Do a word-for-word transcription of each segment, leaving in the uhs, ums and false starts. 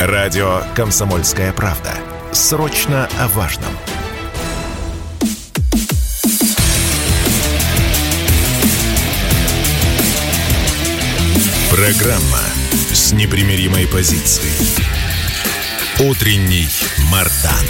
Радио «Комсомольская правда». Срочно о важном. Программа с непримиримой позицией. Утренний Мардан.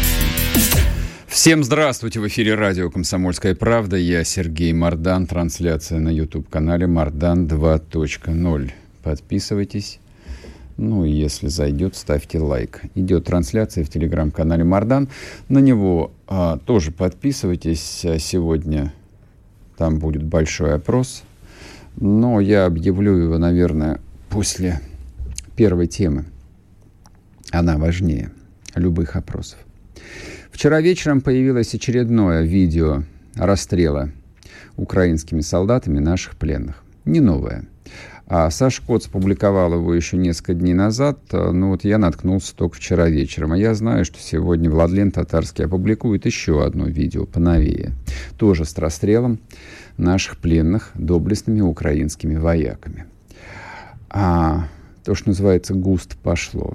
Всем здравствуйте! В эфире радио «Комсомольская правда». Я Сергей Мардан. Трансляция на YouTube-канале Мардан два точка ноль. Подписывайтесь. Ну и если зайдет, ставьте лайк. Идет трансляция в телеграм-канале Мардан. На него а, тоже подписывайтесь. Сегодня там будет большой опрос. Но я объявлю его, наверное, после первой темы. Она важнее любых опросов. Вчера вечером появилось очередное видео расстрела украинскими солдатами наших пленных. Не новое. А Саша Коц публиковал его еще несколько дней назад, но вот я наткнулся только вчера вечером. А я знаю, что сегодня Владлен Татарский опубликует еще одно видео поновее. Тоже с расстрелом наших пленных доблестными украинскими вояками. А то, что называется, густо пошло.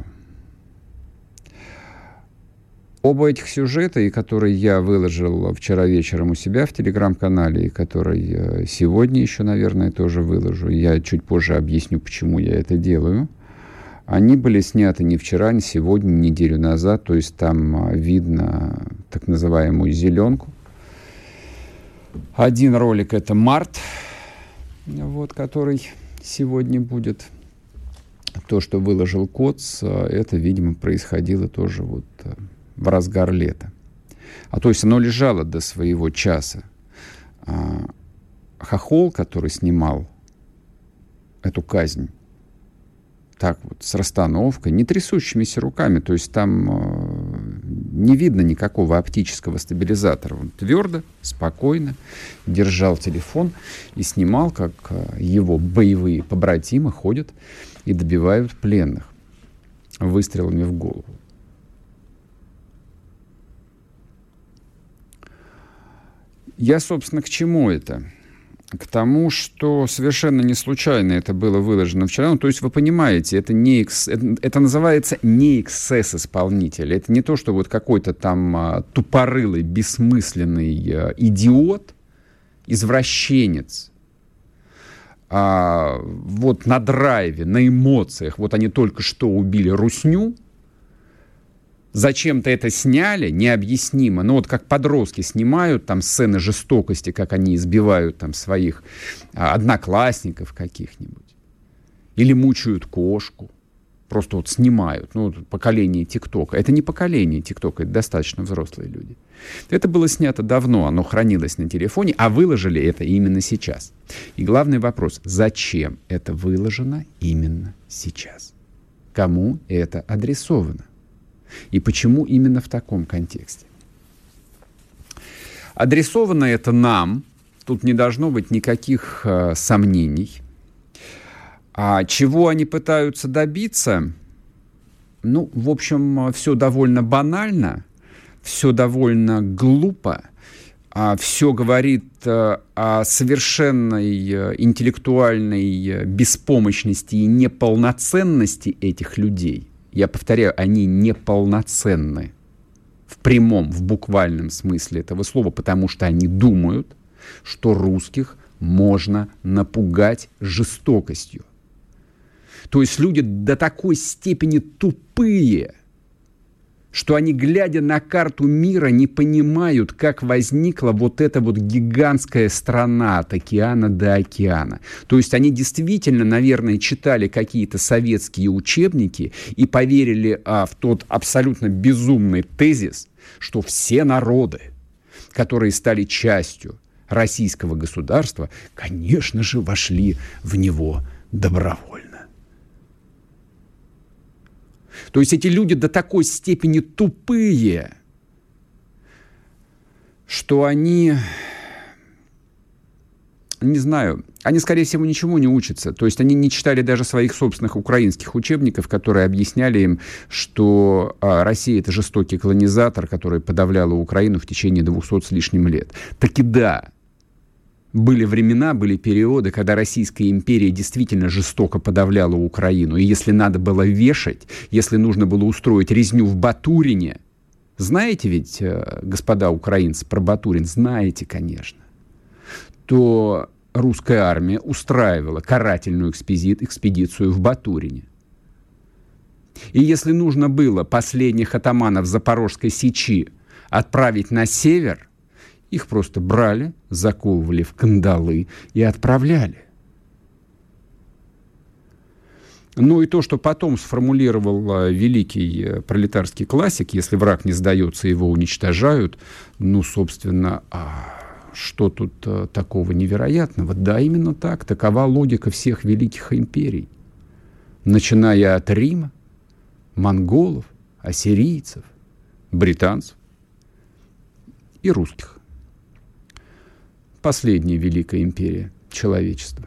Оба этих сюжета, и которые я выложил вчера вечером у себя в телеграм-канале, и который сегодня еще, наверное, тоже выложу, я чуть позже объясню, почему я это делаю, они были сняты не вчера, не сегодня, не неделю назад, то есть там видно так называемую зеленку. Один ролик — это март, вот, который сегодня будет. То, что выложил Коц, это, видимо, происходило тоже вот в разгар лета. А то есть оно лежало до своего часа. А хохол, который снимал эту казнь, так вот, с расстановкой, не трясущимися руками, то есть там э, не видно никакого оптического стабилизатора. Он твердо, спокойно держал телефон и снимал, как э, его боевые побратимы ходят и добивают пленных выстрелами в голову. Я, собственно, к чему это? К тому, что совершенно не случайно это было выложено вчера. Ну, то есть вы понимаете, это, не экс... это, это называется не эксцесс исполнителя. Это не то, что вот какой-то там а, тупорылый, бессмысленный а, идиот, извращенец, а, вот на драйве, на эмоциях, вот они только что убили русню, зачем-то это сняли, необъяснимо. Ну, вот как подростки снимают там сцены жестокости, как они избивают там своих а, одноклассников каких-нибудь. Или мучают кошку. Просто вот снимают. Ну, вот поколение ТикТока. Это не поколение ТикТока, это достаточно взрослые люди. Это было снято давно, оно хранилось на телефоне, а выложили это именно сейчас. И главный вопрос, зачем это выложено именно сейчас? Кому это адресовано? И почему именно в таком контексте? Адресовано это нам, тут не должно быть никаких э, сомнений. А чего они пытаются добиться? Ну, в общем, все довольно банально, все довольно глупо, а все говорит э, о совершенной э, интеллектуальной э, беспомощности и неполноценности этих людей. Я повторяю, они неполноценны в прямом, в буквальном смысле этого слова, потому что они думают, что русских можно напугать жестокостью. То есть люди до такой степени тупые, что они, глядя на карту мира, не понимают, как возникла вот эта вот гигантская страна от океана до океана. То есть они действительно, наверное, читали какие-то советские учебники и поверили а, в тот абсолютно безумный тезис, что все народы, которые стали частью российского государства, конечно же, вошли в него добровольно. То есть эти люди до такой степени тупые, что они, не знаю, они, скорее всего, ничему не учатся. То есть они не читали даже своих собственных украинских учебников, которые объясняли им, что а, Россия — это жестокий колонизатор, который подавляла Украину в течение двухсот с лишним лет. Так и да, Были времена, были периоды, когда Российская империя действительно жестоко подавляла Украину. И если надо было вешать, если нужно было устроить резню в Батурине, знаете ведь, господа украинцы, про Батурин? Знаете, конечно. То русская армия устраивала карательную экспедицию, экспедицию в Батурине. И если нужно было последних атаманов Запорожской Сечи отправить на север, их просто брали, заковывали в кандалы и отправляли. Ну и то, что потом сформулировал великий пролетарский классик, если враг не сдается, его уничтожают, ну, собственно, а что тут а, такого невероятного? Да, именно так. Такова логика всех великих империй. Начиная от Рима, монголов, ассирийцев, британцев и русских. Последняя великая империя человечества.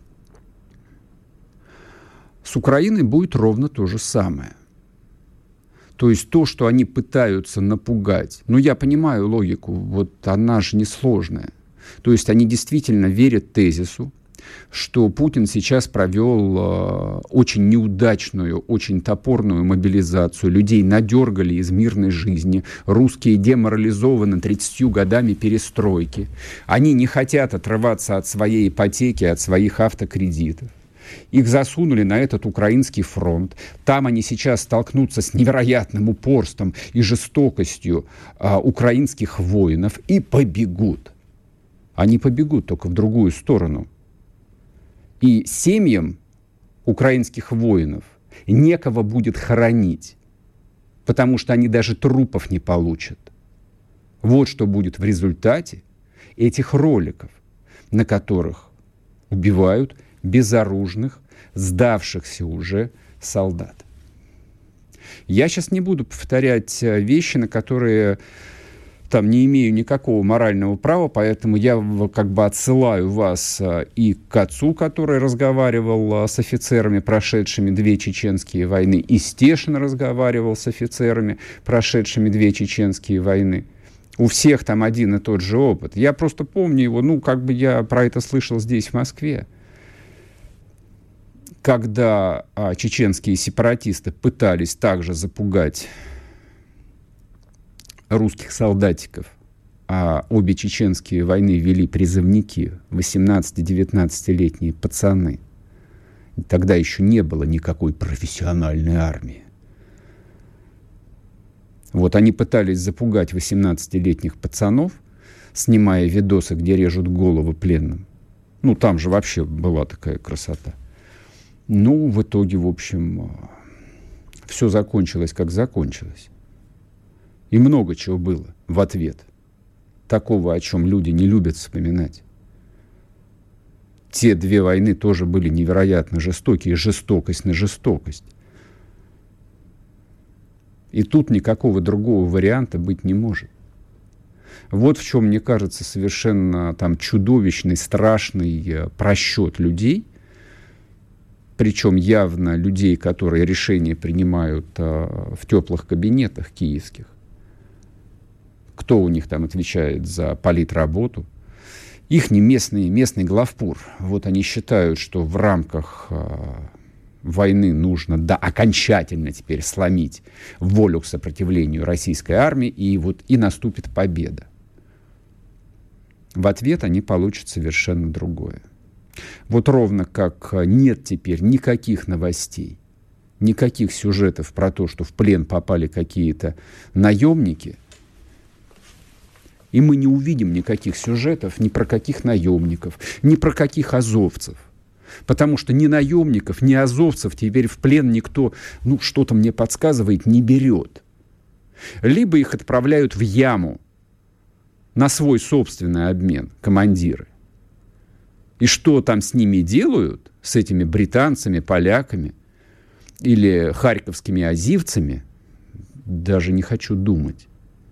С Украиной будет ровно то же самое. То есть то, что они пытаются напугать, ну, я понимаю логику, вот она же несложная. То есть они действительно верят тезису, что Путин сейчас провел э, очень неудачную, очень топорную мобилизацию. Людей надергали из мирной жизни. Русские деморализованы тридцатью годами перестройки. Они не хотят отрываться от своей ипотеки, от своих автокредитов. Их засунули на этот украинский фронт. Там они сейчас столкнутся с невероятным упорством и жестокостью э, украинских воинов и побегут. Они побегут только в другую сторону. И семьям украинских воинов некого будет хоронить, потому что они даже трупов не получат. Вот что будет в результате этих роликов, на которых убивают безоружных, сдавшихся уже солдат. Я сейчас не буду повторять вещи, на которые там не имею никакого морального права, поэтому я как бы отсылаю вас и к отцу, который разговаривал с офицерами, прошедшими две чеченские войны, и Стешин разговаривал с офицерами, прошедшими две чеченские войны. У всех там один и тот же опыт. Я просто помню его, ну, как бы я про это слышал здесь, в Москве. Когда а, чеченские сепаратисты пытались также запугать русских солдатиков, а обе чеченские войны вели призывники, восемнадцати-девятнадцатилетние пацаны. Тогда еще не было никакой профессиональной армии. Вот они пытались запугать восемнадцатилетних пацанов, снимая видосы, где режут головы пленным. Ну, там же вообще была такая красота. Ну, в итоге, в общем, все закончилось, как закончилось. И много чего было в ответ. Такого, о чем люди не любят вспоминать. Те две войны тоже были невероятно жестокие. Жестокость на жестокость. И тут никакого другого варианта быть не может. Вот в чем, мне кажется, совершенно там чудовищный, страшный просчет людей. Причем явно людей, которые решения принимают а, в теплых кабинетах киевских. Кто у них там отвечает за политработу? Их не местный, местный главпур. Вот они считают, что в рамках а, войны нужно да, окончательно теперь сломить волю к сопротивлению российской армии, и вот и наступит победа. В ответ они получат совершенно другое. Вот ровно как нет теперь никаких новостей, никаких сюжетов про то, что в плен попали какие-то наемники, и мы не увидим никаких сюжетов ни про каких наемников, ни про каких азовцев. Потому что ни наемников, ни азовцев теперь в плен никто, ну, что-то мне подсказывает, не берет. Либо их отправляют в яму на свой собственный обмен командиры. И что там с ними делают, с этими британцами, поляками или харьковскими азивцами, даже не хочу думать.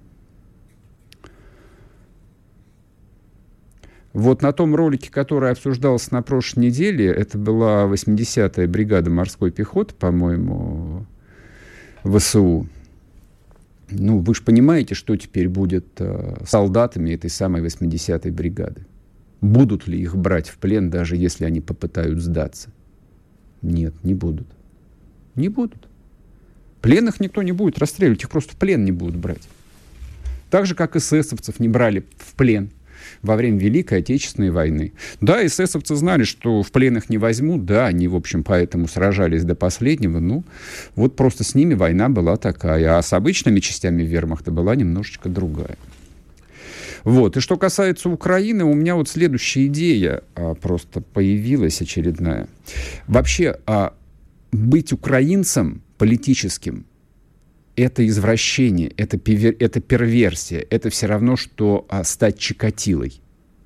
Вот на том ролике, который обсуждался на прошлой неделе, это была восьмидесятая бригада морской пехоты, по-моему, ВСУ. Ну, вы же понимаете, что теперь будет э, с солдатами этой самой восьмидесятой бригады. Будут ли их брать в плен, даже если они попытаются сдаться? Нет, не будут. Не будут. Пленных никто не будет расстреливать, их просто в плен не будут брать. Так же, как эсэсовцев не брали в плен во время Великой Отечественной войны. Да, эсэсовцы знали, что в плен их не возьмут, да, они, в общем, поэтому сражались до последнего, ну, вот просто с ними война была такая, а с обычными частями вермахта была немножечко другая. Вот, и что касается Украины, у меня вот следующая идея а, просто появилась очередная. Вообще, а, быть украинцем политическим — это извращение, это, пивер, это перверсия, это все равно, что а, стать Чикатилой.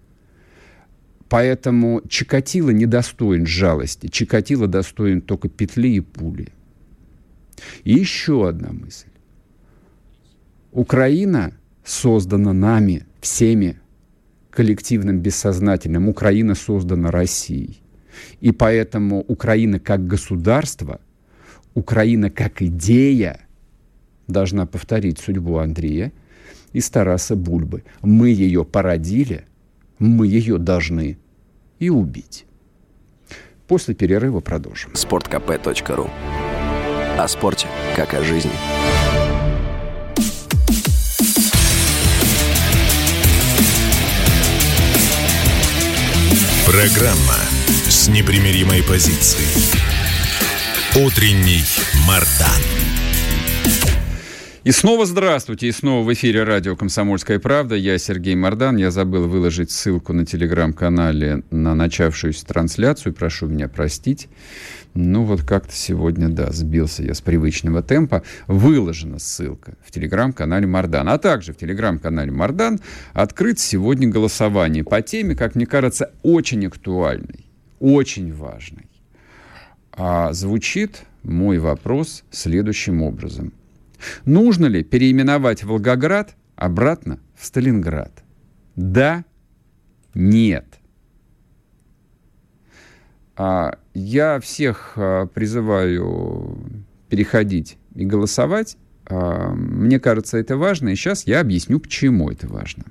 Поэтому Чикатило не достоин жалости, Чикатило достоин только петли и пули. И еще одна мысль. Украина создана нами, всеми, коллективным бессознательным. Украина создана Россией. И поэтому Украина как государство, Украина как идея должна повторить судьбу Андрея и Тараса Бульбы. Мы ее породили, мы ее должны и убить. После перерыва продолжим. спорт кей пи точка ру. О спорте, как о жизни. Программа с непримиримой позицией. Утренний Мардан. И снова здравствуйте, и снова в эфире радио «Комсомольская правда». Я Сергей Мардан. Я забыл выложить ссылку на телеграм-канале на начавшуюся трансляцию. Прошу меня простить. Ну вот как-то сегодня, да, сбился я с привычного темпа. Выложена ссылка в телеграм-канале Мардан. А также в телеграм-канале Мардан открыт сегодня голосование по теме, как мне кажется, очень актуальной, очень важной. А звучит мой вопрос следующим образом. Нужно ли переименовать Волгоград обратно в Сталинград? Да, нет. А я всех а, призываю переходить и голосовать. А, мне кажется, это важно, и сейчас я объясню, почему это важно.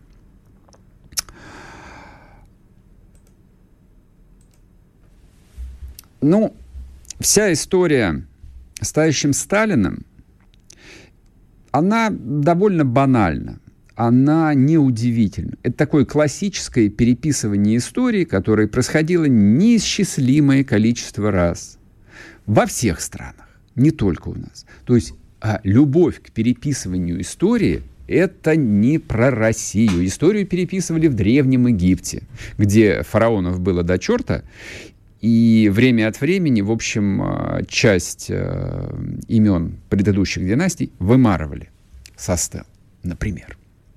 Ну, вся история с товарищем Сталиным, она довольно банальна, она неудивительна. Это такое классическое переписывание истории, которое происходило неисчислимое количество раз во всех странах, не только у нас. То есть а, любовь к переписыванию истории — это не про Россию. Историю переписывали в Древнем Египте, где фараонов было до черта, и время от времени, в общем, часть э, имен предыдущих династий вымарывали со стел, например.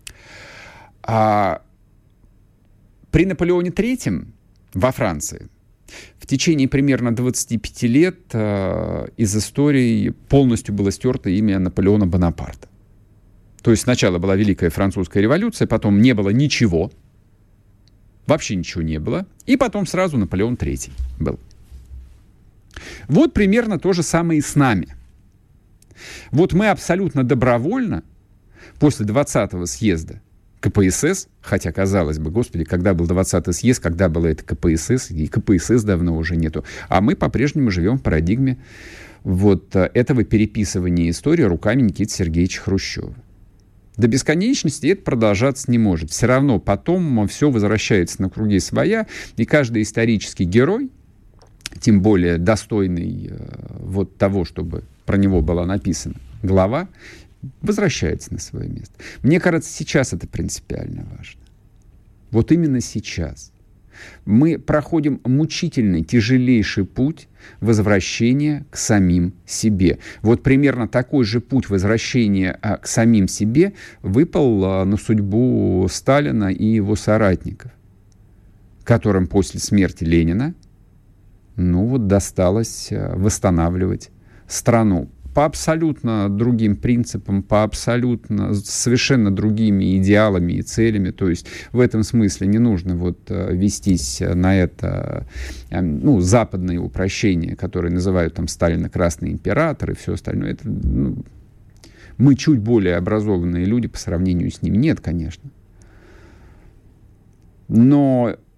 А при Наполеоне третьем во Франции в течение примерно двадцати пяти лет э, из истории полностью было стерто имя Наполеона Бонапарта. То есть сначала была Великая Французская революция, потом не было ничего. Вообще ничего не было. И потом сразу Наполеон третий был. Вот примерно то же самое и с нами. Вот мы абсолютно добровольно после двадцатого съезда ка пэ эс эс, хотя, казалось бы, господи, когда был двадцатый съезд, когда было это ка пэ эс эс, и ка пэ эс эс давно уже нету, а мы по-прежнему живем в парадигме вот этого переписывания истории руками Никиты Сергеевича Хрущева. До бесконечности это продолжаться не может. Все равно потом все возвращается на круги своя, и каждый исторический герой, тем более достойный э, вот того, чтобы про него была написана глава, возвращается на свое место. Мне кажется, сейчас это принципиально важно. Вот именно сейчас. Мы проходим мучительный, тяжелейший путь возвращения к самим себе. Вот примерно такой же путь возвращения а, к самим себе выпал а, на судьбу Сталина и его соратников, которым после смерти Ленина, ну вот, досталось а, восстанавливать страну по абсолютно другим принципам, по абсолютно совершенно другими идеалами и целями. То есть в этом смысле не нужно вот вестись на это, ну, западные упрощения, которые называют там Сталина красный император и все остальное. Это, ну, мы чуть более образованные люди по сравнению с ним. Нет, конечно. Но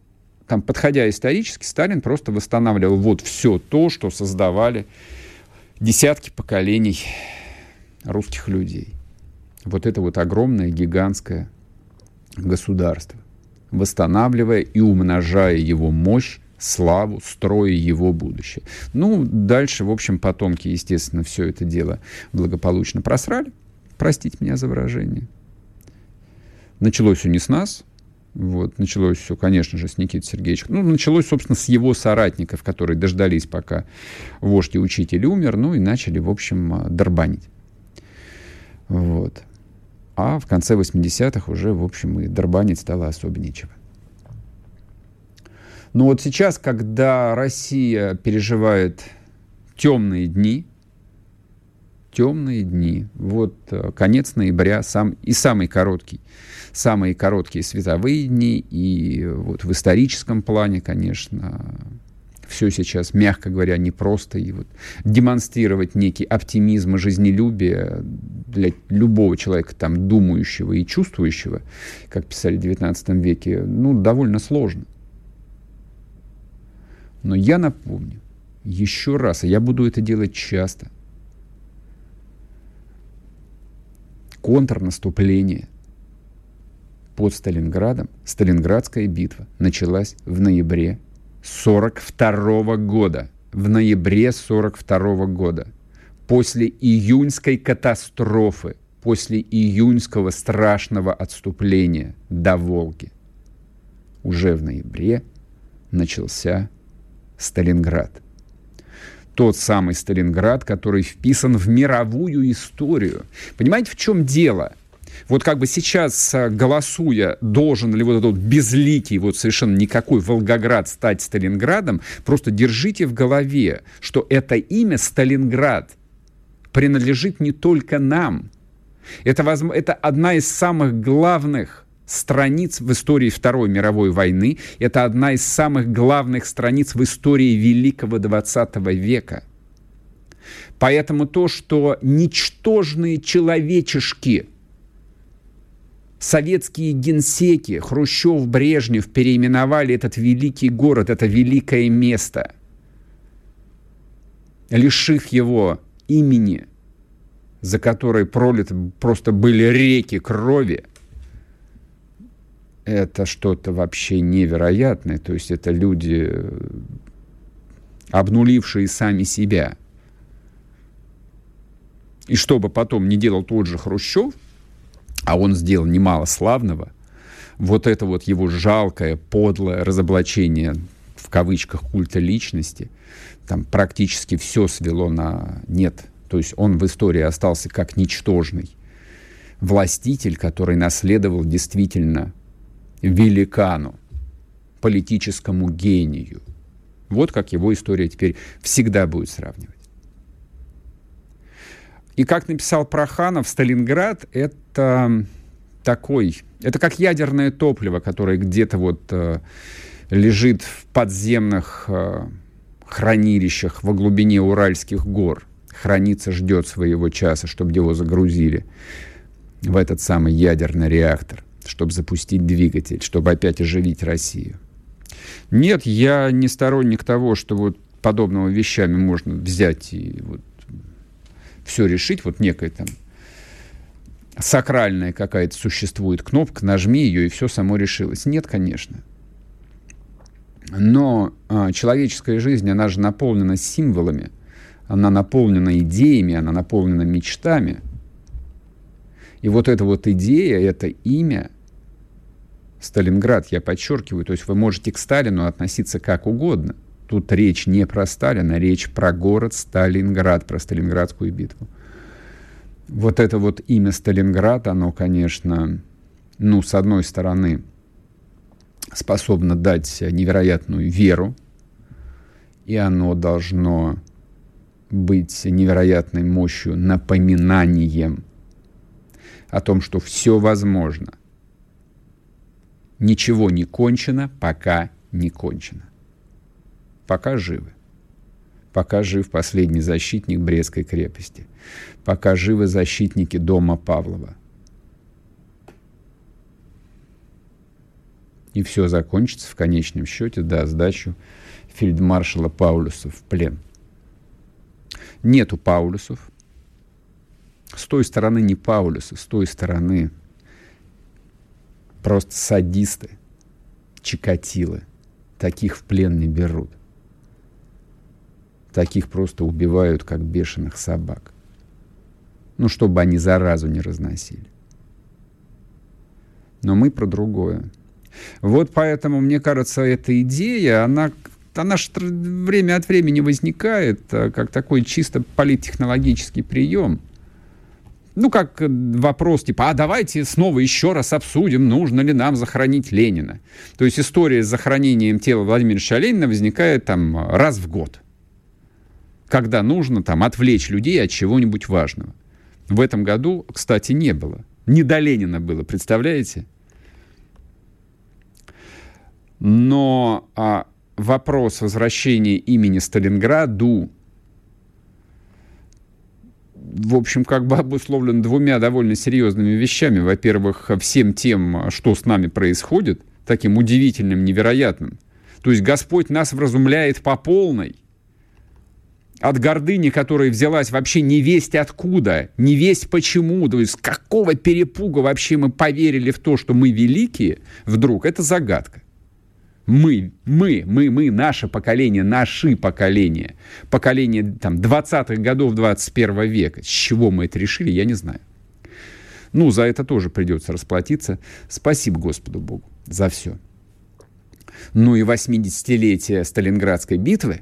там, подходя исторически, Сталин просто восстанавливал вот все то, что создавали десятки поколений русских людей. Вот это вот огромное, гигантское государство, восстанавливая и умножая его мощь, славу, строя его будущее. Ну, дальше, в общем, потомки, естественно, все это дело благополучно просрали. Простите меня за выражение. Началось все не с нас. Вот. Началось все, конечно же, с Никиты Сергеевича. Ну, началось, собственно, с его соратников, которые дождались, пока вождь и учитель умер, ну, и начали, в общем, дорбанить. Вот. А в конце восьмидесятых уже, в общем, и дорбанить стало особо нечего. Но вот сейчас, когда Россия переживает темные дни, темные дни, вот конец ноября, сам, и самый короткий, самые короткие световые дни, и вот в историческом плане, конечно, все сейчас, мягко говоря, непросто, и вот демонстрировать некий оптимизм и жизнелюбие для любого человека, там, думающего и чувствующего, как писали в девятнадцатом веке, ну, довольно сложно. Но я напомню еще раз, и я буду это делать часто, контрнаступление под Сталинградом, Сталинградская битва, началась в ноябре сорок второго года. В ноябре сорок второго года. После июньской катастрофы, после июньского страшного отступления до Волги. Уже в ноябре начался Сталинград. Тот самый Сталинград, который вписан в мировую историю. Понимаете, в чем дело? Вот как бы сейчас, голосуя, должен ли вот этот вот безликий, вот совершенно никакой Волгоград стать Сталинградом, просто держите в голове, что это имя Сталинград принадлежит не только нам. Это, возможно, это одна из самых главных страниц в истории Второй мировой войны. Это одна из самых главных страниц в истории Великого двадцатого века. Поэтому то, что ничтожные человечешки, советские генсеки, Хрущев, Брежнев переименовали этот великий город, это великое место, лишив его имени, за которое пролиты просто были реки крови, это что-то вообще невероятное. То есть это люди, обнулившие сами себя. И что бы потом не делал тот же Хрущев, а он сделал немало славного, вот это вот его жалкое, подлое разоблачение, в кавычках, культа личности, там практически все свело на нет. То есть он в истории остался как ничтожный властитель, который наследовал действительно великану, политическому гению. Вот как его история теперь всегда будет сравнивать. И как написал Проханов, Сталинград — это такой, это как ядерное топливо, которое где-то вот э, лежит в подземных э, хранилищах во глубине Уральских гор, хранится, ждет своего часа, чтобы его загрузили в этот самый ядерный реактор, чтобы запустить двигатель, чтобы опять оживить Россию. Нет, я не сторонник того, что вот подобными вещами можно взять и вот все решить. Вот некая там сакральная какая-то существует кнопка, нажми ее, и все само решилось. Нет, конечно. Но а, человеческая жизнь, она же наполнена символами, она наполнена идеями, она наполнена мечтами. И вот эта вот идея, это имя Сталинград, я подчеркиваю, то есть вы можете к Сталину относиться как угодно. Тут речь не про Сталина, речь про город Сталинград, про Сталинградскую битву. Вот это вот имя Сталинград, оно, конечно, ну, с одной стороны, способно дать невероятную веру, и оно должно быть невероятной мощью, напоминанием о том, что все возможно. Ничего не кончено, пока не кончено. Пока живы. Пока жив последний защитник Брестской крепости. Пока живы защитники дома Павлова. И все закончится в конечном счете, да, сдачу фельдмаршала Паулюса в плен. Нету Паулюсов. С той стороны не Паулюсы, с той стороны просто садисты, чикатилы. Таких в плен не берут. Таких просто убивают, как бешеных собак. Ну, чтобы они заразу не разносили. Но мы про другое. Вот поэтому, мне кажется, эта идея, она, она время от времени возникает как такой чисто политтехнологический прием. Ну, как вопрос типа, а давайте снова еще раз обсудим, нужно ли нам захоронить Ленина. То есть история с захоронением тела Владимира Ильича Ленина возникает там раз в год, когда нужно там отвлечь людей от чего-нибудь важного. В этом году, кстати, не было. Не до Ленина было, представляете? Но а, вопрос возвращения имени Сталинграду, в общем, как бы обусловлен двумя довольно серьезными вещами. Во-первых, всем тем, что с нами происходит, таким удивительным, невероятным. То есть Господь нас вразумляет по полной. От гордыни, которая взялась вообще не весть откуда, не весть почему, то есть с какого перепуга вообще мы поверили в то, что мы великие, вдруг, это загадка. Мы, мы, мы, мы, наше поколение, наши поколения, поколение там, двадцатых годов двадцать первого века. С чего мы это решили, я не знаю. Ну, за это тоже придется расплатиться. Спасибо Господу Богу за все. Ну и восьмидесятилетие Сталинградской битвы,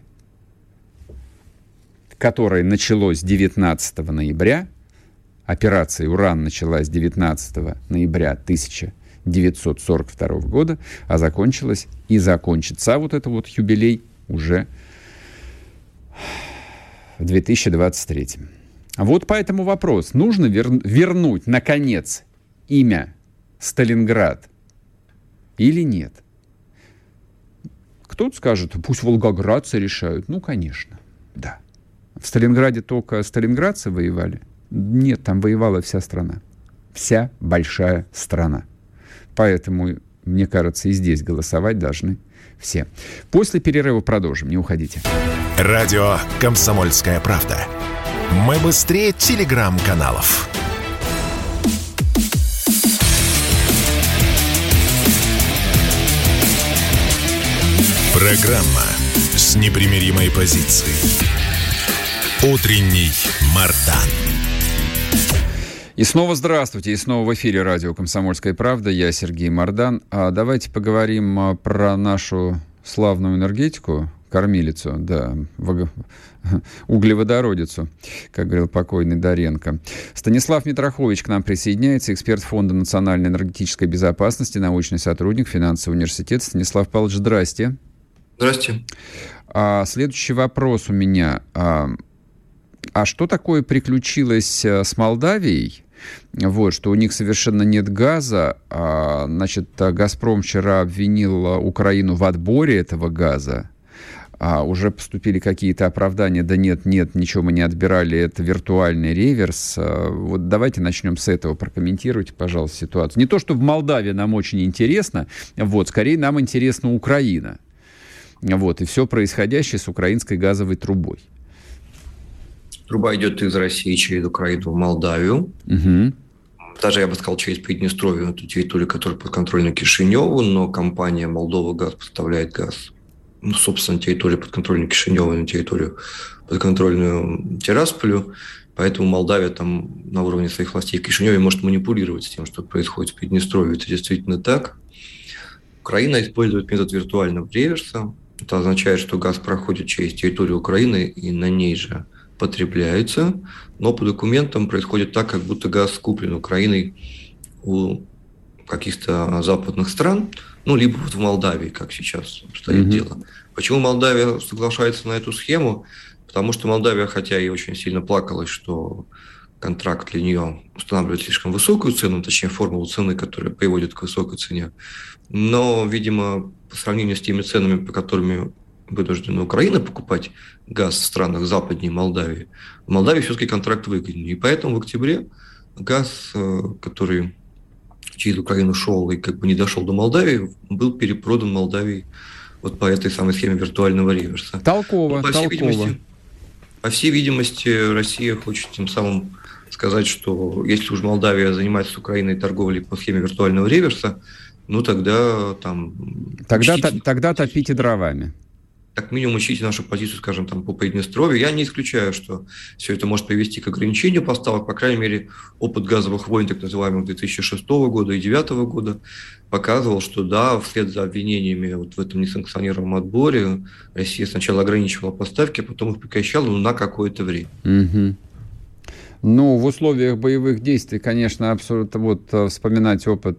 которое началось девятнадцатого ноября, операция «Уран» началась девятнадцатого ноября тысяча девятьсот сорок второго года, а закончилась и закончится вот это вот юбилей уже в две тысячи двадцать третьем. Вот поэтому вопрос, нужно вер- вернуть, наконец, имя Сталинград или нет? Кто-то скажет, пусть волгоградцы решают. Ну, конечно, да. В Сталинграде только сталинградцы воевали? Нет, там воевала вся страна. Вся большая страна. Поэтому, мне кажется, и здесь голосовать должны все. После перерыва продолжим, не уходите. Радио «Комсомольская правда». Мы быстрее телеграм-каналов. Программа с непримиримой позицией. Утренний Мардан. И снова здравствуйте, и снова в эфире радио «Комсомольская правда». Я Сергей Мардан. А давайте поговорим про нашу славную энергетику, кормилицу, да, углеводородицу, как говорил покойный Доренко. Станислав Митрохович к нам присоединяется, эксперт Фонда национальной энергетической безопасности, научный сотрудник финансового университета. Станислав Павлович, здрасте. Здрасте. А, следующий вопрос у меня. А, а что такое приключилось с Молдавией? Вот, что у них совершенно нет газа. А, значит, «Газпром» вчера обвинил Украину в отборе этого газа. А, уже поступили какие-то оправдания. Да нет, нет, ничего мы не отбирали, это виртуальный реверс. А, вот давайте начнем с этого. Прокомментируйте, пожалуйста, ситуацию. Не то, что в Молдавии нам очень интересно, вот, скорее нам интересна Украина. Вот, и все происходящее с украинской газовой трубой. Труба идет из России через Украину в Молдавию. Угу. Даже, я бы сказал, через Приднестровье, эту территорию, которая подконтрольна Кишиневу, но компания «Молдова Газ» поставляет газ, ну, собственно, территорию подконтрольную Кишиневу, на территорию подконтрольную Тирасполю. Поэтому Молдавия там на уровне своих властей в Кишиневе может манипулировать с тем, что происходит в Приднестровье. Это действительно так. Украина использует метод виртуального реверса. Это означает, что газ проходит через территорию Украины и на ней же потребляется, но по документам происходит так, как будто газ куплен Украиной у каких-то западных стран, ну, либо вот в Молдавии, как сейчас обстоит mm-hmm. дело. Почему Молдавия соглашается на эту схему? Потому что Молдавия, хотя и очень сильно плакалась, что контракт для нее устанавливает слишком высокую цену, точнее, формулу цены, которая приводит к высокой цене, но, видимо, по сравнению с теми ценами, по которым вынуждена Украина покупать газ в странах западнее Молдавии, в Молдавии все-таки контракт выгоднее. И поэтому в октябре газ, который через Украину шел и как бы не дошел до Молдавии, был перепродан Молдавии вот по этой самой схеме виртуального реверса. Толково, ну, по толково. Всей видимости, по всей видимости, Россия хочет тем самым сказать, что если уж Молдавия занимается с Украиной торговлей по схеме виртуального реверса, ну тогда там... Тогда, учтите, тогда топите дровами. Как минимум учтите нашу позицию, скажем, там, по Приднестровью. Я не исключаю, что все это может привести к ограничению поставок. По крайней мере, опыт газовых войн, так называемых две тысячи шестого года и две тысячи девятого года, показывал, что да, вслед за обвинениями вот в этом несанкционированном отборе Россия сначала ограничивала поставки, а потом их прекращала, ну, на какое-то время. Угу. Ну, в условиях боевых действий, конечно, абсолютно вот вспоминать опыт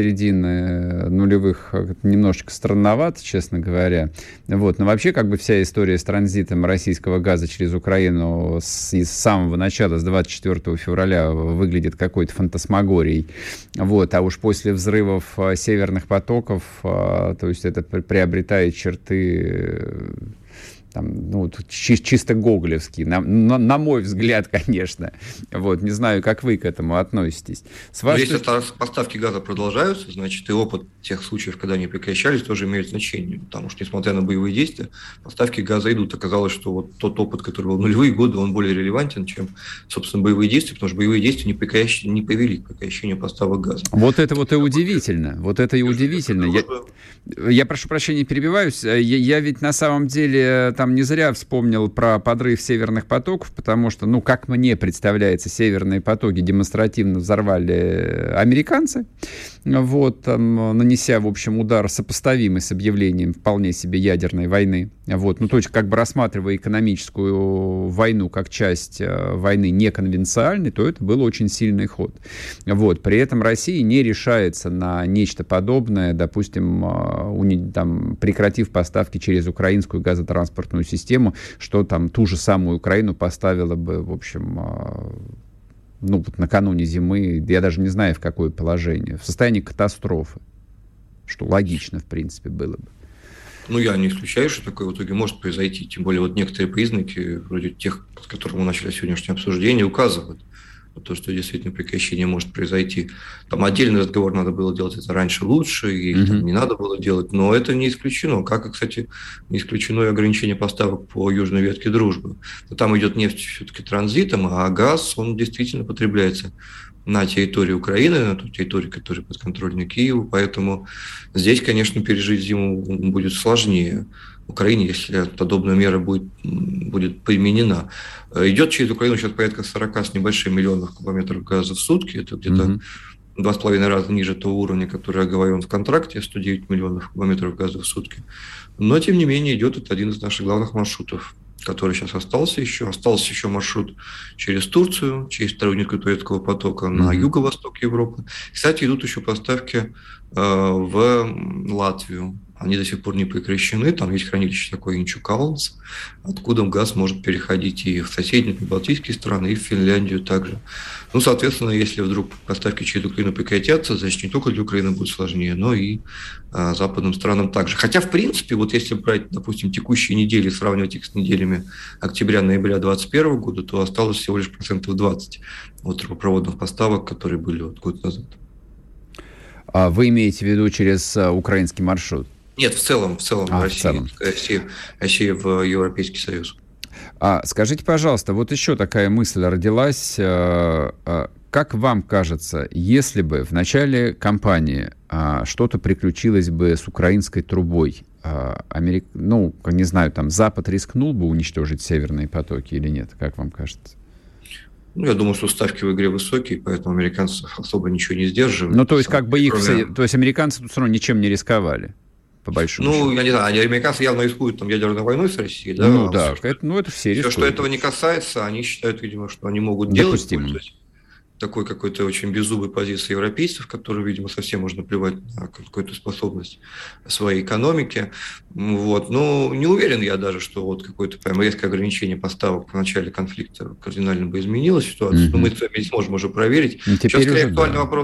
середины нулевых немножечко странновато, честно говоря. Вот. Но вообще, как бы вся история с транзитом российского газа через Украину с, с самого начала, с двадцать четвёртого февраля, выглядит какой-то фантасмагорией. Вот. А уж после взрывов северных потоков, то есть это приобретает черты... Там, ну, чи- чисто гоголевский, на, на, на мой взгляд, конечно. Вот, не знаю, как вы к этому относитесь. С вашей... Если поставки газа продолжаются, значит, и опыт тех случаев, когда они прекращались, тоже имеет значение. Потому что, несмотря на боевые действия, поставки газа идут. Оказалось, что вот тот опыт, который был в нулевые годы, он более релевантен, чем, собственно, боевые действия, потому что боевые действия не, прекращ... не привели к прекращению поставок газа. Вот это вот и удивительно. Вот это и удивительно. Я, я прошу прощения, перебиваюсь. Я, я ведь на самом деле... там не зря вспомнил про подрыв северных потоков, потому что, ну, как мне представляется, северные потоки демонстративно взорвали американцы, вот, там, нанеся, в общем, удар, сопоставимый с объявлением вполне себе ядерной войны. Вот, ну, то есть, как бы рассматривая экономическую войну как часть войны неконвенциальной, то это был очень сильный ход. Вот, при этом Россия не решается на нечто подобное, допустим, там, прекратив поставки через украинскую газотранспортную систему, что там ту же самую Украину поставило бы, в общем, ну, вот накануне зимы, я даже не знаю, в какое положение, в состоянии катастрофы, что логично, в принципе, было бы. Ну, я не исключаю, что такое в итоге может произойти, тем более вот некоторые признаки, вроде тех, с которыми мы начали сегодняшнее обсуждение, указывают на то, что действительно прекращение может произойти. Там отдельный разговор, надо было делать это раньше лучше, или mm-hmm. там, не надо было делать, но это не исключено. Как и, кстати, не исключено и ограничение поставок по южной ветке дружбы. Но там идет нефть все-таки транзитом, а газ, он действительно потребляется на территории Украины, на ту территорию, которая подконтрольна Киеву, поэтому здесь, конечно, пережить зиму будет сложнее в Украине, если подобная мера будет, будет применена. Идет через Украину сейчас порядка сорок с небольшим миллионов кубометров газа в сутки, это где-то mm-hmm. два с половиной раза ниже того уровня, который оговорен в контракте, сто девять миллионов кубометров газа в сутки. Но, тем не менее, идет это один из наших главных маршрутов, который сейчас остался еще. Остался еще маршрут через Турцию, через вторую нитку турецкого потока mm-hmm. на юго-восток Европы. Кстати, идут еще поставки э, в Латвию. Они до сих пор не прекращены. Там есть хранилище такое Инчукалнс, откуда газ может переходить и в соседние прибалтийские страны, и в Финляндию также. Ну, соответственно, если вдруг поставки через Украину прекратятся, значит, не только для Украины будет сложнее, но и а, западным странам также. Хотя, в принципе, вот если брать, допустим, текущие недели, сравнивать их с неделями октября-ноября две тысячи двадцать первого года, то осталось всего лишь процентов двадцать от трубопроводных поставок, которые были вот год назад. А вы имеете в виду через а, украинский маршрут? Нет, в целом, в целом, а, Россия, в целом. Россия, Россия в Европейский Союз. А, скажите, пожалуйста, вот еще такая мысль родилась. А, а, как вам кажется, если бы в начале кампании а, что-то приключилось бы с украинской трубой, а, Америк... ну, не знаю, там Запад рискнул бы уничтожить северные потоки или нет? Как вам кажется? Ну, я думаю, что ставки в игре высокие, поэтому американцы особо ничего не сдерживают. Ну, то есть, как бы их... Кроме... То есть, американцы тут все равно ничем не рисковали? По большому ну, счету. Я не знаю, американцы явно рискуют там ядерной войной с Россией, да? Ну, да, все, это, ну, это все рискуют. Все, что этого не касается, они считают, видимо, что они могут Допустимо. делать. Такой какой-то очень беззубой позиции европейцев, которые, видимо, совсем можно плевать на какую-то способность своей экономики. Вот. Но не уверен я даже, что вот какое-то прям резкое ограничение поставок в начале конфликта кардинально бы изменило ситуацию. Mm-hmm. Но мы это не сможем уже проверить. Ну, сейчас скорее актуальный да. вопрос.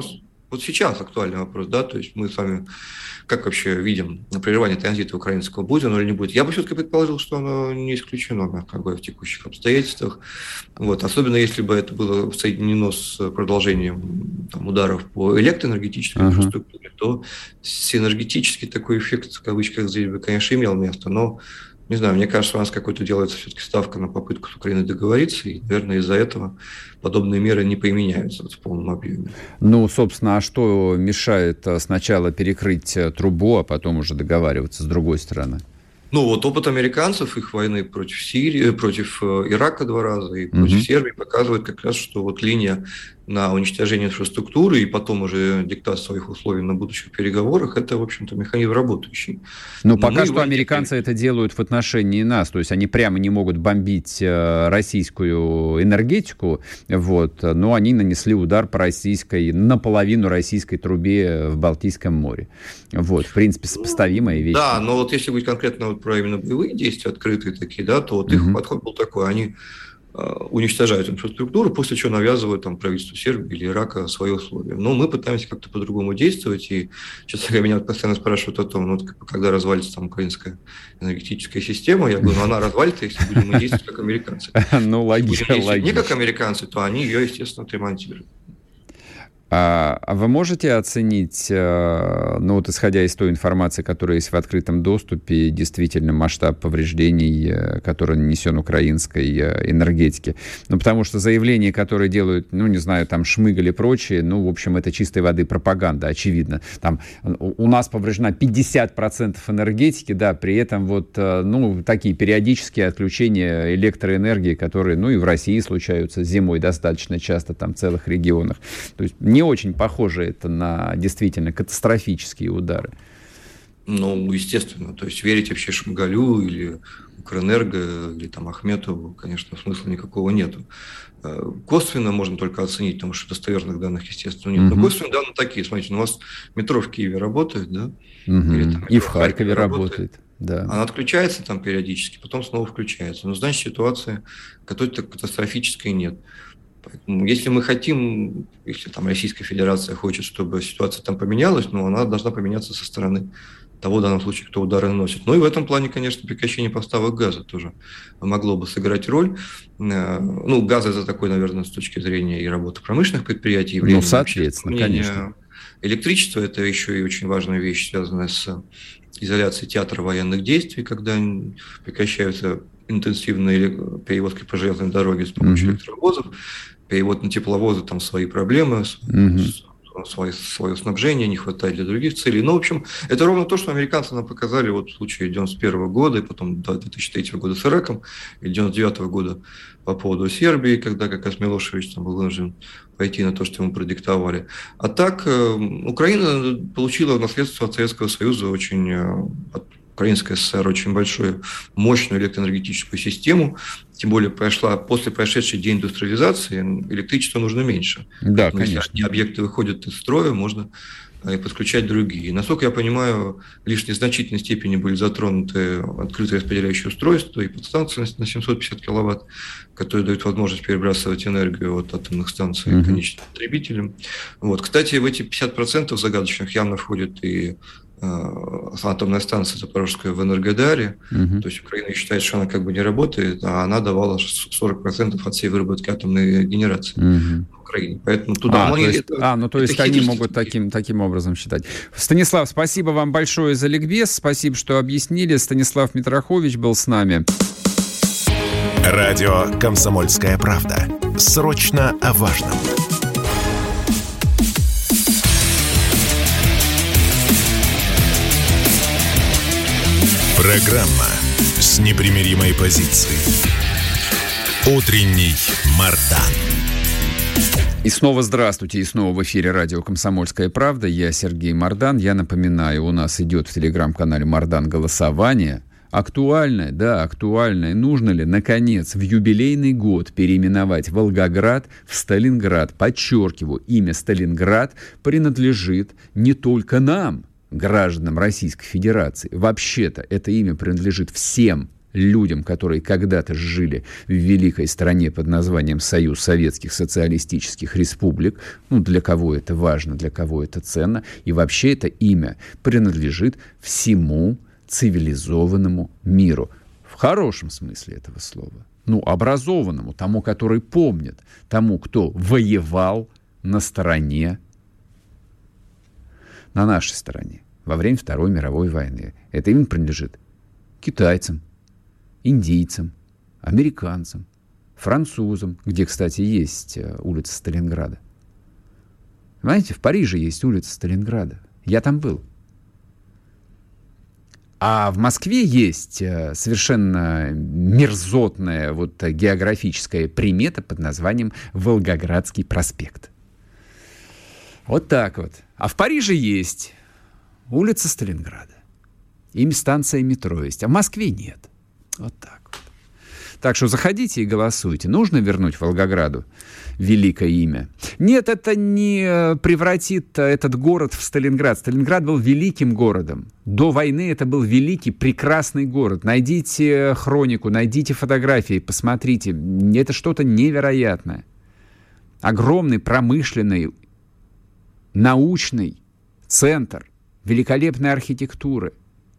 Вот сейчас актуальный вопрос, да, то есть мы с вами как вообще видим прерывание транзита украинского, будет оно или не будет. Я бы все-таки предположил, что оно не исключено, мягко говоря, в текущих обстоятельствах. Вот. Особенно если бы это было соединено с продолжением там, ударов по электроэнергетической uh-huh. инфраструктуре, то синергетический такой эффект, в кавычках, здесь бы, конечно, имел место, но не знаю, мне кажется, у нас какой-то делается все-таки ставка на попытку с Украиной договориться, и, наверное, из-за этого подобные меры не применяются в полном объеме. Ну, собственно, а что мешает сначала перекрыть трубу, а потом уже договариваться с другой стороны? Ну, вот опыт американцев, их войны против Сирии, против Ирака два раза и против mm-hmm. Сербии показывает как раз, что вот линия на уничтожение инфраструктуры и потом уже диктат своих условий на будущих переговорах, это, в общем-то, механизм работающий. Но, Но пока что американцы не... это делают в отношении нас, то есть они прямо не могут бомбить российскую энергетику, вот, но они нанесли удар по российской, наполовину российской трубе в Балтийском море. Вот, в принципе, сопоставимая вещь. Да, но вот если быть конкретно вот про именно боевые действия, открытые такие, да, то вот mm-hmm. их подход был такой, они уничтожают инфраструктуру, после чего навязывают там, правительству Сербии или Ирака свои условия. Но мы пытаемся как-то по-другому действовать, и, честно говоря, меня постоянно спрашивают о том, ну, когда развалится там украинская энергетическая система, я говорю, ну, она развалится, если будем мы действовать как американцы. Ну, логично, логично. Не как американцы, то они ее, естественно, отремонтируют. А, а вы можете оценить, ну вот исходя из той информации, которая есть в открытом доступе, действительно масштаб повреждений, который нанесен украинской энергетике? Ну, потому что заявления, которые делают, ну, не знаю, там Шмыгаль и прочие, ну, в общем, это чистой воды пропаганда, очевидно. Там у нас повреждена пятьдесят процентов энергетики, да, при этом вот, ну, такие периодические отключения электроэнергии, которые, ну, и в России случаются зимой достаточно часто, там, в целых регионах. То есть не очень похоже это на действительно катастрофические удары. Ну, естественно. То есть верить вообще Шмыгалю или Укрэнерго, или там Ахметову, конечно, смысла никакого нету. Косвенно можно только оценить, потому что достоверных данных, естественно, нет. Uh-huh. Но косвенные данные такие. Смотрите, у вас метро в Киеве работает, да? Uh-huh. Или, там, и в Харькове работает. работает. Да. Она отключается там периодически, потом снова включается. Но, значит, ситуации какой-то катастрофической нет. Если мы хотим, если там Российская Федерация хочет, чтобы ситуация там поменялась, ну, она должна поменяться со стороны того, в данном случае, кто удары наносит. Ну и в этом плане, конечно, прекращение поставок газа тоже могло бы сыграть роль. Ну, газ – это такой, наверное, с точки зрения и работы промышленных предприятий. Ну, соответственно, конечно. Электричество – это еще и очень важная вещь, связанная с изоляцией театра военных действий, когда прекращаются интенсивные перевозки по железной дороге с помощью mm-hmm. электровозов, перевод на тепловозы, там свои проблемы, mm-hmm. свое, свое снабжение, не хватает для других целей. Ну, в общем, это ровно то, что американцы нам показали вот в случае девяносто первого года, и потом до две тысячи третьего года с Ираком, и девяносто девятого года по поводу Сербии, когда как раз Милошевич там был вынужден пойти на то, что ему продиктовали. А так, Украина получила наследство от Советского Союза очень... от Украинская ССР очень большую, мощную электроэнергетическую систему, тем более прошла, после прошедшей деиндустриализации электричества нужно меньше. Да, но конечно. Если одни объекты выходят из строя, можно и подключать другие. И, насколько я понимаю, лишь в незначительной степени были затронуты открытые распределяющие устройства и подстанции на семьсот пятьдесят киловатт, которые дают возможность перебрасывать энергию от атомных станций mm-hmm. конечным потребителям. Вот. Кстати, в эти пятьдесят процентов загадочных явно входит и атомная станция Запорожская в Энергодаре, uh-huh. то есть Украина считает, что она как бы не работает, а она давала сорок процентов от всей выработки атомной генерации uh-huh. в Украине. Поэтому туда... А, то есть, это, а ну то есть они могут таким, таким образом считать. Станислав, спасибо вам большое за ликбез, спасибо, что объяснили. Станислав Митрохович был с нами. Радио «Комсомольская правда». Срочно о важном. Программа с непримиримой позицией. Утренний Мардан. И снова здравствуйте, и снова в эфире радио «Комсомольская правда». Я Сергей Мардан. Я напоминаю, у нас идет в телеграм-канале «Мардан» голосование. Актуальное, да, актуальное. Нужно ли, наконец, в юбилейный год переименовать Волгоград в Сталинград? Подчеркиваю, имя Сталинград принадлежит не только нам, гражданам Российской Федерации. Вообще-то это имя принадлежит всем людям, которые когда-то жили в великой стране под названием Союз Советских Социалистических Республик. Ну, для кого это важно, для кого это ценно. И вообще это имя принадлежит всему цивилизованному миру. В хорошем смысле этого слова. Ну, образованному, тому, который помнит, тому, кто воевал на стороне, на нашей стороне во время Второй мировой войны. Это имя принадлежит китайцам, индийцам, американцам, французам, где, кстати, есть улица Сталинграда. Понимаете, в Париже есть улица Сталинграда. Я там был. А в Москве есть совершенно мерзотная вот географическая примета под названием Волгоградский проспект. Вот так вот. А в Париже есть улица Сталинграда. Им станция метро есть. А в Москве нет. Вот так вот. Так что заходите и голосуйте. Нужно вернуть Волгограду великое имя? Нет, это не превратит этот город в Сталинград. Сталинград был великим городом. До войны это был великий, прекрасный город. Найдите хронику, найдите фотографии, посмотрите. Это что-то невероятное. Огромный, промышленный, научный центр, великолепной архитектуры.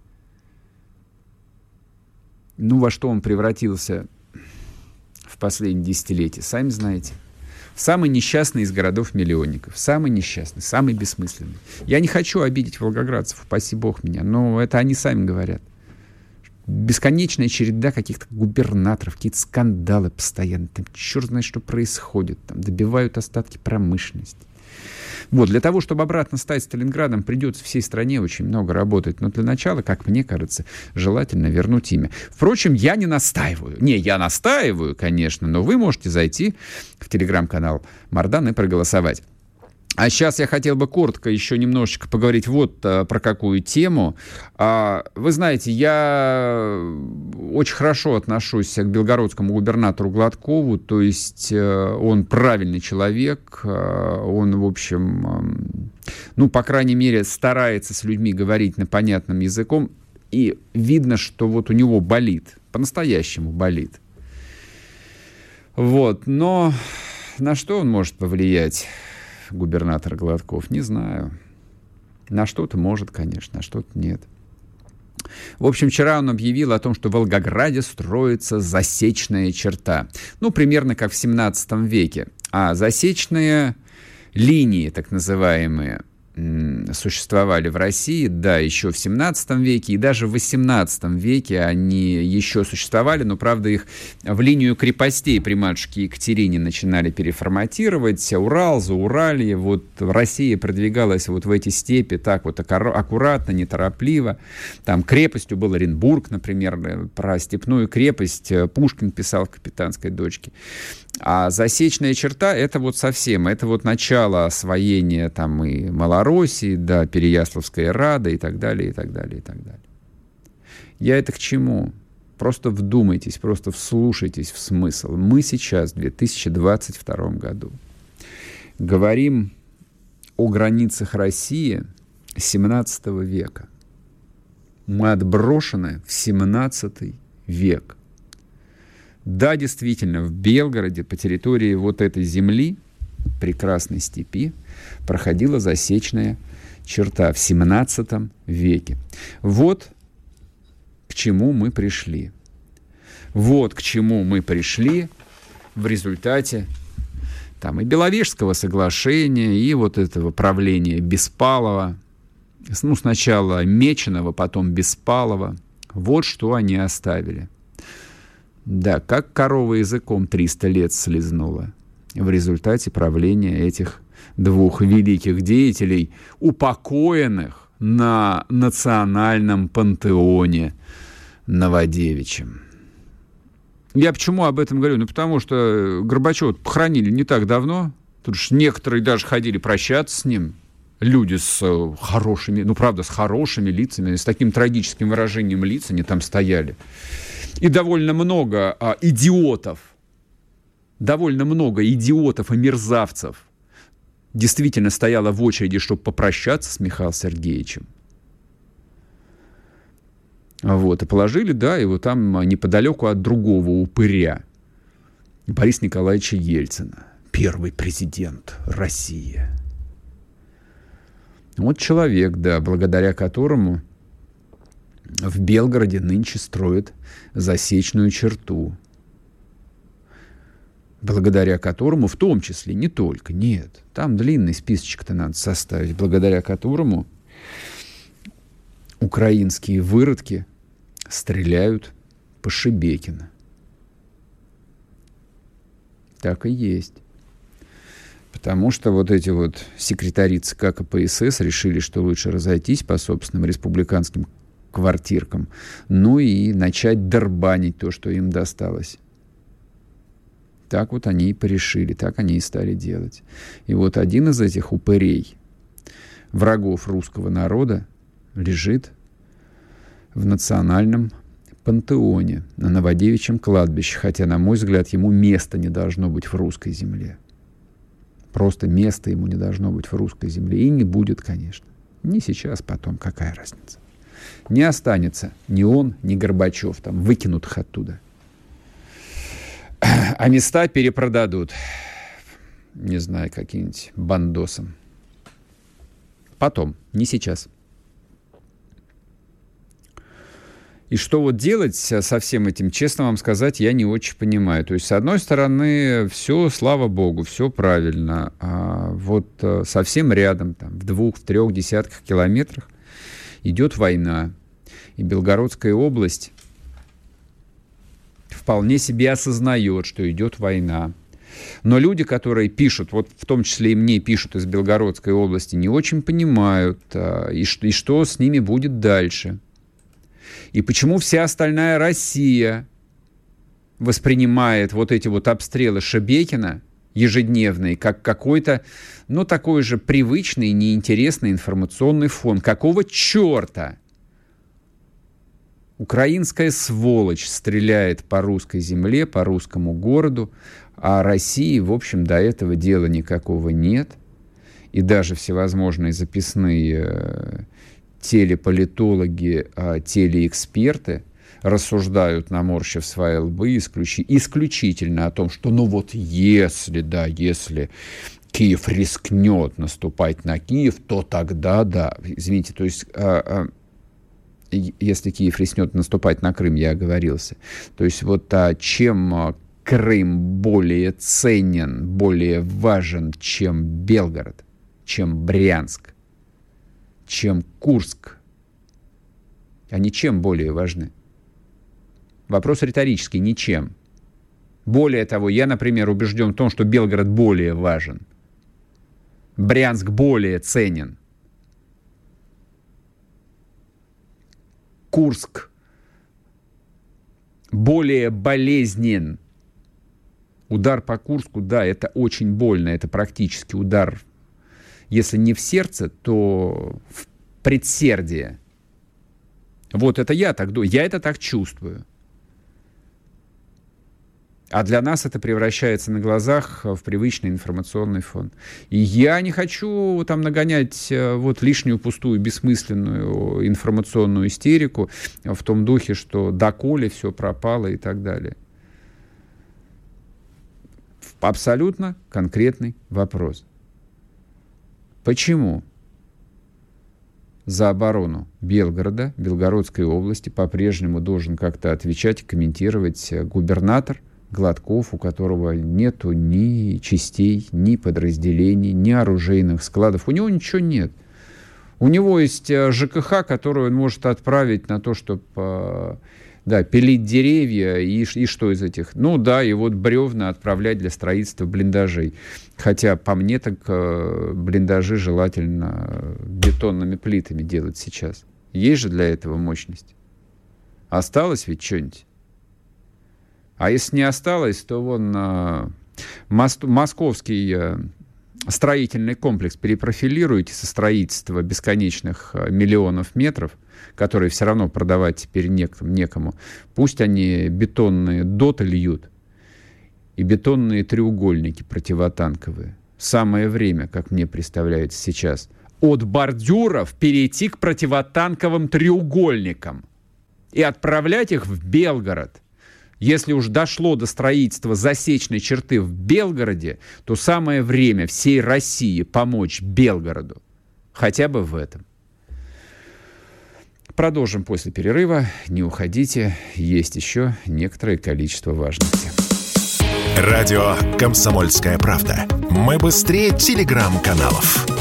Ну, во что он превратился в последние десятилетия, сами знаете. Самый несчастный из городов-миллионников. Самый несчастный, самый бессмысленный. Я не хочу обидеть волгоградцев, упаси бог меня, но это они сами говорят. Бесконечная череда каких-то губернаторов, какие-то скандалы постоянно. Там черт знает, что происходит. Там добивают остатки промышленности. Вот, для того, чтобы обратно стать Сталинградом, придется всей стране очень много работать. Но для начала, как мне кажется, желательно вернуть имя. Впрочем, я не настаиваю. Не, я настаиваю, конечно, но вы можете зайти в телеграм-канал Мардан и проголосовать. А сейчас я хотел бы коротко еще немножечко поговорить вот а, про какую тему. А, вы знаете, я очень хорошо отношусь к белгородскому губернатору Гладкову, то есть а, он правильный человек, а, он, в общем, а, ну, по крайней мере, старается с людьми говорить на понятном языком, и видно, что вот у него болит, по-настоящему болит. Вот, но на что он может повлиять? Губернатор Гладков, не знаю. На что-то может, конечно, на что-то нет. В общем, вчера он объявил о том, что в Волгограде строится засечная черта. Ну, примерно как в семнадцатом веке. А засечные линии, так называемые, существовали в России, да, еще в семнадцатом веке, и даже в восемнадцатом веке они еще существовали, но, правда, их в линию крепостей при матушке Екатерине начинали переформатировать. Урал, Зауралье, вот Россия продвигалась вот в эти степи так вот аккуратно, неторопливо. Там крепостью был Оренбург, например, про степную крепость Пушкин писал в «Капитанской дочке». А засечная черта — это вот совсем, это вот начало освоения там и Малороссии, да, Переяславская Рада и так далее, и так далее, и так далее. Я это к чему? Просто вдумайтесь, просто вслушайтесь в смысл. Мы сейчас, в две тысячи двадцать втором году, говорим о границах России семнадцатого века. Мы отброшены в семнадцатый век. Да, действительно, в Белгороде, по территории вот этой земли, прекрасной степи, проходила засечная черта в семнадцатом веке. Вот к чему мы пришли. Вот к чему мы пришли в результате там, и Беловежского соглашения, и вот этого правления Беспалова. Ну, сначала Меченого, потом Беспалова. Вот что они оставили. Да, как корова языком триста лет слезнула в результате правления этих двух великих деятелей, упокоенных на национальном пантеоне Новодевичьем. Я почему об этом говорю? Ну, потому что Горбачева похоронили не так давно. Тут же некоторые даже ходили прощаться с ним. Люди с хорошими, ну, правда, с хорошими лицами, с таким трагическим выражением лиц они там стояли. И довольно много а, идиотов, довольно много идиотов и мерзавцев действительно стояло в очереди, чтобы попрощаться с Михаилом Сергеевичем. Вот, и положили, да, его там неподалеку от другого упыря, Бориса Николаевича Ельцина, первый президент России. Вот человек, да, благодаря которому в Белгороде нынче строят засечную черту, благодаря которому, в том числе, не только, нет, там длинный списочек-то надо составить, благодаря которому украинские выродки стреляют по Шебекино. Так и есть. Потому что вот эти вот секретари ЦК КПСС решили, что лучше разойтись по собственным республиканским квартиркам, ну и начать дербанить то, что им досталось. Так вот они и порешили, так они и стали делать. И вот один из этих упырей, врагов русского народа, лежит в национальном пантеоне на Новодевичьем кладбище, хотя, на мой взгляд, ему места не должно быть в русской земле. Просто места ему не должно быть в русской земле. И не будет, конечно. Не сейчас, потом. Какая разница? Не останется ни он, ни Горбачев. Там выкинут их оттуда. А места перепродадут. Не знаю, каким-нибудь бандосам. Потом. Не сейчас. И что вот делать со всем этим, честно вам сказать, я не очень понимаю. То есть, с одной стороны, все, слава богу, все правильно. А вот совсем рядом, там, в двух, в трех десятках километрах идет война. И Белгородская область вполне себе осознает, что идет война. Но люди, которые пишут, вот в том числе и мне пишут из Белгородской области, не очень понимают, и что, и что с ними будет дальше. И почему вся остальная Россия воспринимает вот эти вот обстрелы Шебекина ежедневные как какой-то, ну, такой же привычный, неинтересный информационный фон. Какого черта украинская сволочь стреляет по русской земле, по русскому городу, а России, в общем, до этого дела никакого нет. И даже всевозможные записные телеполитологи, телеэксперты рассуждают, наморщив свои лбы, исключи, исключительно о том, что ну вот если, да, если Киев рискнет наступать на Киев, то тогда, да, извините, то есть а, а, если Киев рискнет наступать на Крым, я оговорился, то есть вот а, чем Крым более ценен, более важен, чем Белгород, чем Брянск, чем Курск. Они чем более важны? Вопрос риторический. Ничем. Более того, я, например, убежден в том, что Белгород более важен. Брянск более ценен. Курск более болезнен. Удар по Курску, да, это очень больно. Это практически удар, если не в сердце, то в предсердие. Вот это я так думаю. Я это так чувствую. А для нас это превращается на глазах в привычный информационный фон. И я не хочу там нагонять вот лишнюю, пустую, бессмысленную информационную истерику в том духе, что доколе все пропало и так далее. Абсолютно конкретный вопрос. Почему за оборону Белгорода, Белгородской области по-прежнему должен как-то отвечать и комментировать губернатор Гладков, у которого нету ни частей, ни подразделений, ни оружейных складов? У него ничего нет. У него есть ЖКХ, который он может отправить на то, чтобы да, пилить деревья и, и что из этих? Ну да, и вот бревна отправлять для строительства блиндажей. Хотя, по мне, так блиндажи желательно бетонными плитами делать сейчас. Есть же для этого мощность. Осталось ведь что-нибудь? А если не осталось, то вон а, мост, московский а, строительный комплекс перепрофилируйте со строительства бесконечных а, миллионов метров, которые все равно продавать теперь некому, некому. Пусть они бетонные доты льют и бетонные треугольники противотанковые. Самое время, как мне представляется сейчас, от бордюров перейти к противотанковым треугольникам. и отправлять их в Белгород. Если уж дошло до строительства засечной черты в Белгороде, то самое время всей России помочь Белгороду. Хотя бы в этом. Продолжим после перерыва. Не уходите. Есть еще некоторое количество важных тем. Радио «Комсомольская правда». Мы быстрее телеграм-каналов.